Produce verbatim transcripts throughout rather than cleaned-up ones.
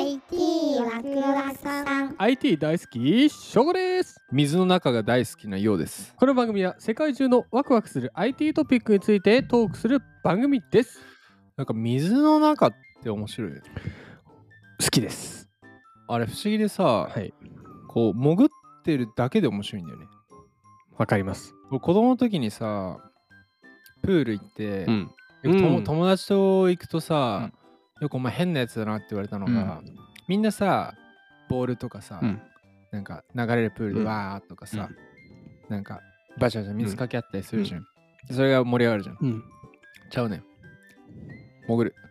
イティー ワクワクさんアイティー 大好きショゴです。 水の中が大好きなようです。 この番組は世界中のワクワクする アイティー トピックについてトークする番組です。 なんか水の中って面白いよね。 好きです。 あれ不思議でさ、 はい、 こう潜ってるだけで面白いんだよね。 わかります。 俺子供の時にさプール行って、 うんよくともうん友達と行くとさ、よくお前変なやつだなって言われたのが、みんなさボールとかさ、 うんなんか流れるプールでうんわーとかさ、 うんなんかバシャバシャ水かけ合ったりするじゃん、それが盛り上がるじゃん。 うんちゃうねん、潜る。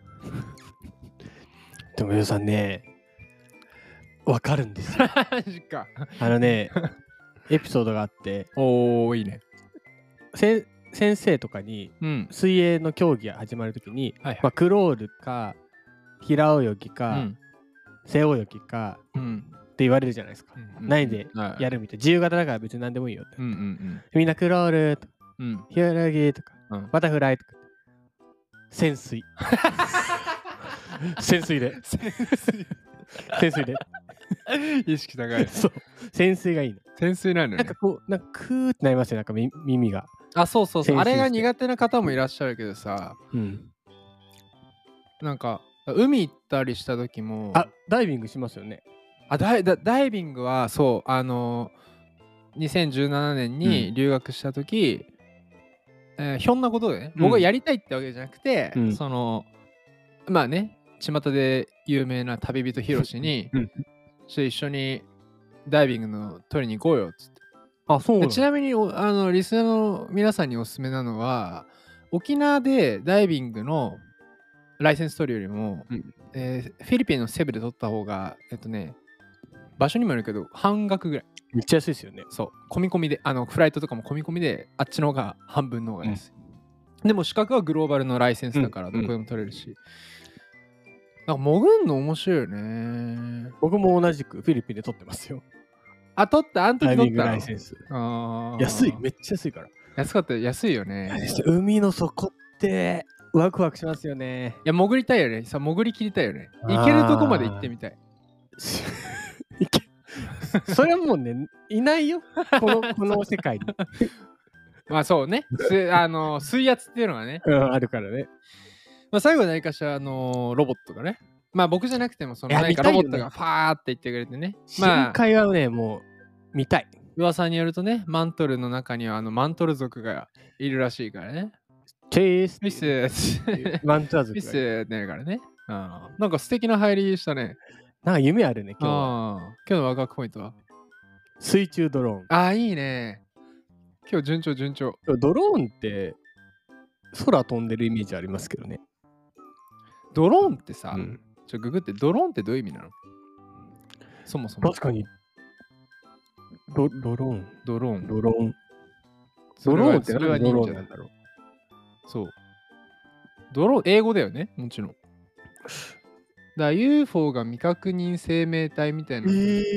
でもよさんね、わかるんですよ。 マジか。 あのねエピソードがあって、 おーいいね。 せ先生とかにうん水泳の競技が始まるときに、 はいはい、 まあ、クロールか平泳ぎうか、 ん背泳ぎかうんって言われるじゃないですか。 うん、 何ではいやるみたいな、自由形だから別に何でもいいよって、 うんうんみんなクロールとかうんうん平泳ぎとか、 うんバタフライとか潜水潜水で潜水で意識高い。 そう潜水がいいの。 潜水なんだよねなんか。こうなんかクーってなりますよ、なんかみ耳が。 あ、そうそうそう。 潜水してあれが苦手な方もいらっしゃるけどさ、 うんなんか海行ったりした時も、 あ、ダイビングしますよね。 あダイダダイビングはそう、あのにせんじゅうななねんに留学した時、えーひょんなことでね、 うん僕がやりたいってわけじゃなくて、 うんそのまあね、巷で有名な旅人ヒロシに、 うんちょっと一緒にダイビングの取りに行こうよっつって。 あ、そうなの。 でちなみにおあのリスナーの皆さんにおすすめなのは、沖縄でダイビングのライセンス取るよりも、 うんえーフィリピンのセブで取った方が、えっとね、場所にもよるけど半額ぐらい。 めっちゃ安いですよね。 そう、込み込みで、あのフライトとかも込み込みで、あっちの方が半分の方が安い。でも資格はグローバルのライセンスだからうんどこでも取れるし。なんか潜んの面白いよね。 僕も同じくフィリピンで取ってますよ。 あ、取った、あのダイビング時取ったの。 ライセンス。 あー安い、めっちゃ安いから。 安かったよ、安いよね。 海の底ってワクワクしますよね。 いや、潜りたいよね。さ、潜りきりたいよね。行けるとこまで行ってみたい。 いけそれはもうね、いないよ。このこの世界に。 まあそうね。すあの水圧っていうのがね。 うん、あるからね。 まあ、最後は何かしら、あのーロボットがね。まあ僕じゃなくても、そのいや何か見たいよねロボットがファーって言ってくれてね。 深まあ、 海はね、もう見たい。 噂によるとね、マントルの中にはあのマントル族がいるらしいからね。 チェイスミスーマントラズミスーってなるからね。うんなんか素敵な入りしたね。 なんか夢あるね、今日は。 ああ今日のワクワクポイントは水中ドローン。 ああ、いいね。今日順調順調。 ドローンって空飛んでるイメージありますけどね。 ドローンってさ、 うんちょググってドローンってどういう意味なの？そもそも。 確かにドドローン。 ドローン。 ドローン。 それはドローンってそれは何でドロ忍者なんんだーンなだろう。 そう。ドローン、英語だよね、もちろん。だから ユーフォー が未確認生命体みたいな。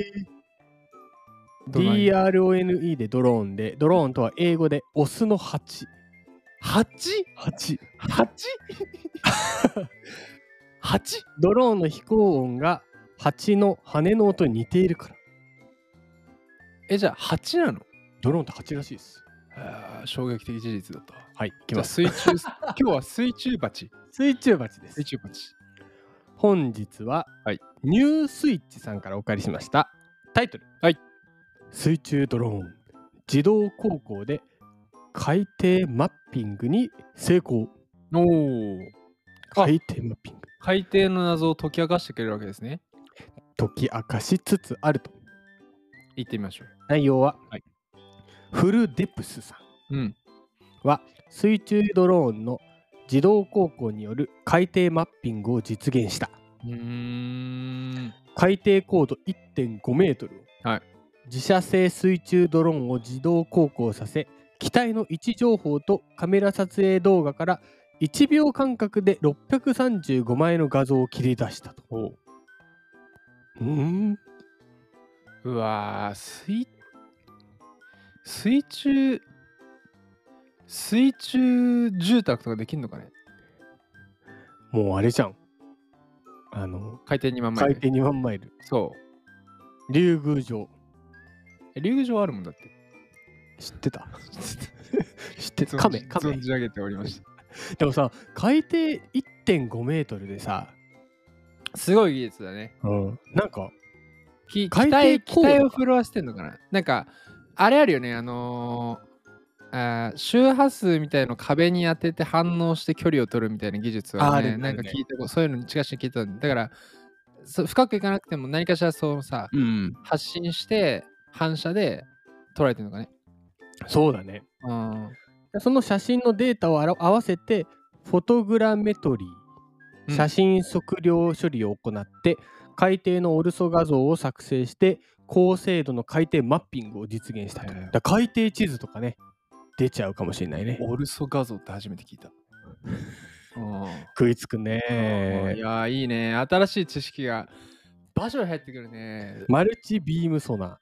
ドライディーアールオーエヌイー でドローンで、ドローンとは英語でオスの蜂。 蜂蜂。 蜂蜂ドローンの飛行音が蜂の羽の音に似ているから。 え、じゃあ蜂なの？ ドローンって蜂らしいです。 あー衝撃的事実だった。 はい、いきじゃあます。 水中、今日は水中蜂。 水中蜂です水。中蜂。 本日は、 はいニュースイッチさんからお借りしましたタイトル、 はい、 水中ドローン自動航行で海底マッピングに成功。 おお。 海底マッピング海底の謎を解き明かしてくれるわけですね。 解き明かしつつあると。 行ってみましょう。 内容は、 はいフルデプスさんうん。 は水中ドローンの自動航行による海底マッピングを実現した。 うーん。 海底高度 いってんごメートルを、 はい自社製水中ドローンを自動航行させ、機体の位置情報とカメラ撮影動画からいちびょう間隔でろっぴゃくさんじゅうごまいの画像を切り出したと。うーんうわー、水、水中、水中住宅とかできんのかね？ もうあれじゃん。 あの海底にまんマイル。 海底にまんマイル。 そ竜宮城。 う。え竜宮城あるもんだって。 知ってた知ってた。 存じカメカメ存じ上げておりました。 でもさ、海底 いってんご メートルでさ、 すごい技術だね。 うん、なんかき機海底体機高度体を震わしてんのかな。なんかあれあるよね、あのー、あー周波数みたいの壁に当てて反応して距離を取るみたいな技術はね、 あるねなんか聞いたことそういうのに近しに聞いたんだから、そ深くいかなくても何かしらそうさ、 うん、 発信して反射で捉えてるのかね。 そうだね。 うんその写真のデータをあら合わせてフォトグラメトリー、 うん写真測量処理を行って海底のオルソ画像を作成して高精度の海底マッピングを実現したと。 へえだから海底地図とかね出ちゃうかもしれないね。 オルソ画像って初めて聞いた。うん食いつくいね。 やーいいね。新しい知識が場所に入ってくるね。 マルチビームソナ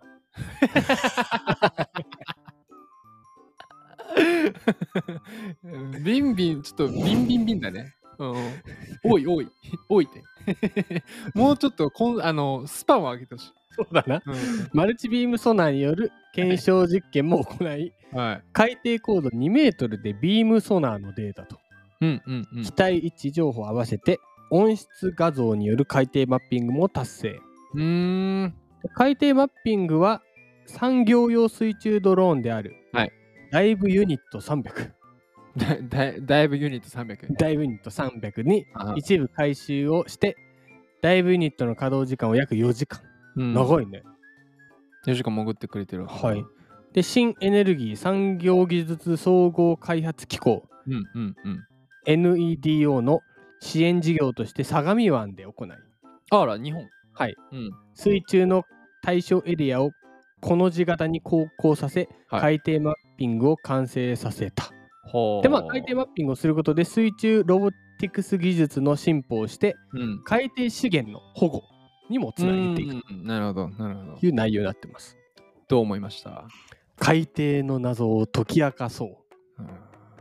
ビンビン、ちょっとビンビンビンだね。うん、多い多い多いって。もうちょっとこんあのスパンを上げてほしい。 そうだな。 うんマルチビームソナーによる検証実験も行い、 はい。 海底高度にメートルでビームソナーのデータとうんうんうん機。体位置情報を合わせて温室画像による海底マッピングも達成。 うーん。 海底マッピングは産業用水中ドローンである、 はい、 ダイブユニットさんびゃくだだダイブユニットさんびゃく。 ダイブユニットさんびゃくにあ一部回収をしてダイブユニットの稼働時間は約よじかん、 うん、 長いね。 よじかん潜ってくれてる。 はい。で新エネルギー産業技術総合開発機構うんうんうん。 エヌイーディーオー の支援事業として相模湾で行い、 あら、日本。 はい、 うん。 水中の対象エリアをこの字型に航行させ、 はい、 海底マッピングを完成させた。 ほう。 でまあ海底マッピングをすることで水中ロボティクス技術の進歩をしてうん。 海底資源の保護にもつなげていくうんなるほど、なるほど。 という内容になってます。 どう思いました？ 海底の謎を解き明かそう。 うん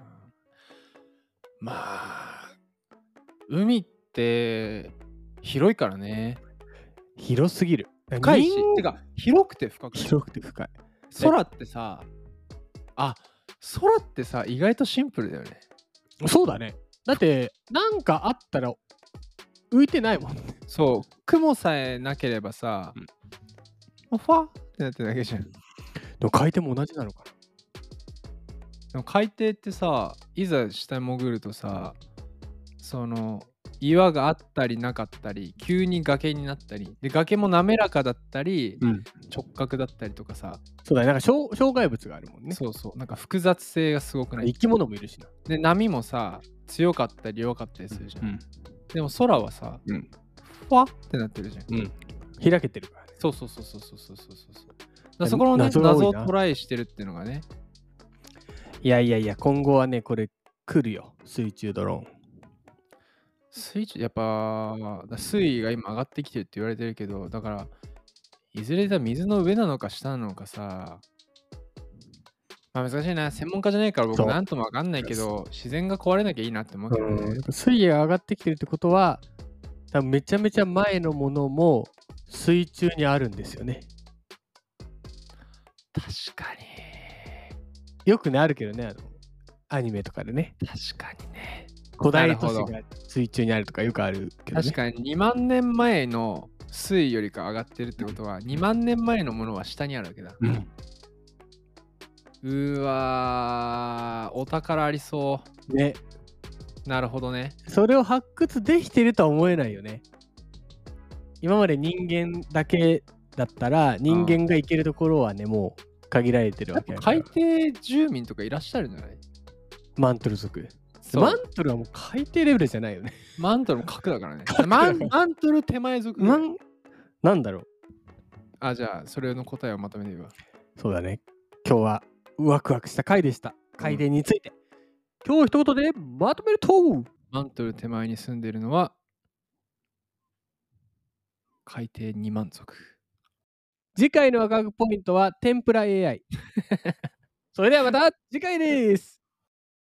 まあ、海って広いからね。 広すぎる。 深いし、 人てか広くて深くて。 広くて深い。 空ってさ、あ、空ってさ、意外とシンプルだよね。 そうだね。だってなんかあったら浮いてないもんね。 そう、雲さえなければさ、 うんもうファーってなってるだけじゃん。ででも海底も同じなのかな。 も海底ってさ、いざ下に潜るとさ、その岩があったりなかったり、急に崖になったり、で崖も滑らかだったり、 うん。 直角だったりとかさ、 そうだね。なんか障障害物があるもんね。 そうそう、なんか複雑性がすごくない。 生き物もいるしな。 で、波もさ、強かったり弱かったりするじゃん。 うん。 でも空はさ、 うん。 ふわってなってるじゃん。 うん。開けてるからね。 そうそうそうそうそうそうそうそう。だからそこのね、 謎が多いな謎をトライしてるっていうのがね。 いやいやいや、今後はね、これ来るよ。水中ドローン。 水中、やっぱ、だ水位が今上がってきてるって言われてるけど、だから、いずれだ水の上なのか下なのかさ、まあ難しいな。専門家じゃないからそう僕なんともわかんないけど、自然が壊れなきゃいいなって思うけどね。 うん、水位が上がってきてるってことは、多分めちゃめちゃ前のものも水中にあるんですよね。 確かに。 よくね、あるけどね、あのアニメとかでね。 確かにね。 古代都市なるほが水中にあるとかよくあるけどね。 確かににまんねんまえの水位よりか上がってるってことは、にまんねんまえのものは下にあるわけだ。 うん。 うーわー、お宝ありそね。 う。なるほどね。 それを発掘できてるとは思えないよね。今まで人間だけだったら、人間が行けるところはね、もう限られてるやっぱわけだから。 海底住民とかいらっしゃるんじゃない？ マントル族。 そうマントルはもう海底レベルじゃないよね。 マントルも核だからね。 核だマンマントル手前族ぐらい。 なんなんだろう。 あ、じゃあ、それの答えをまとめてみよう。 そうだね。今日はワクワクした回でした。海底について。今日一言でまとめると、 マントル手前に住んでいるのは、海底にまん族。 次回のワクワクポイントは天ぷら エーアイ。それではまた次回です。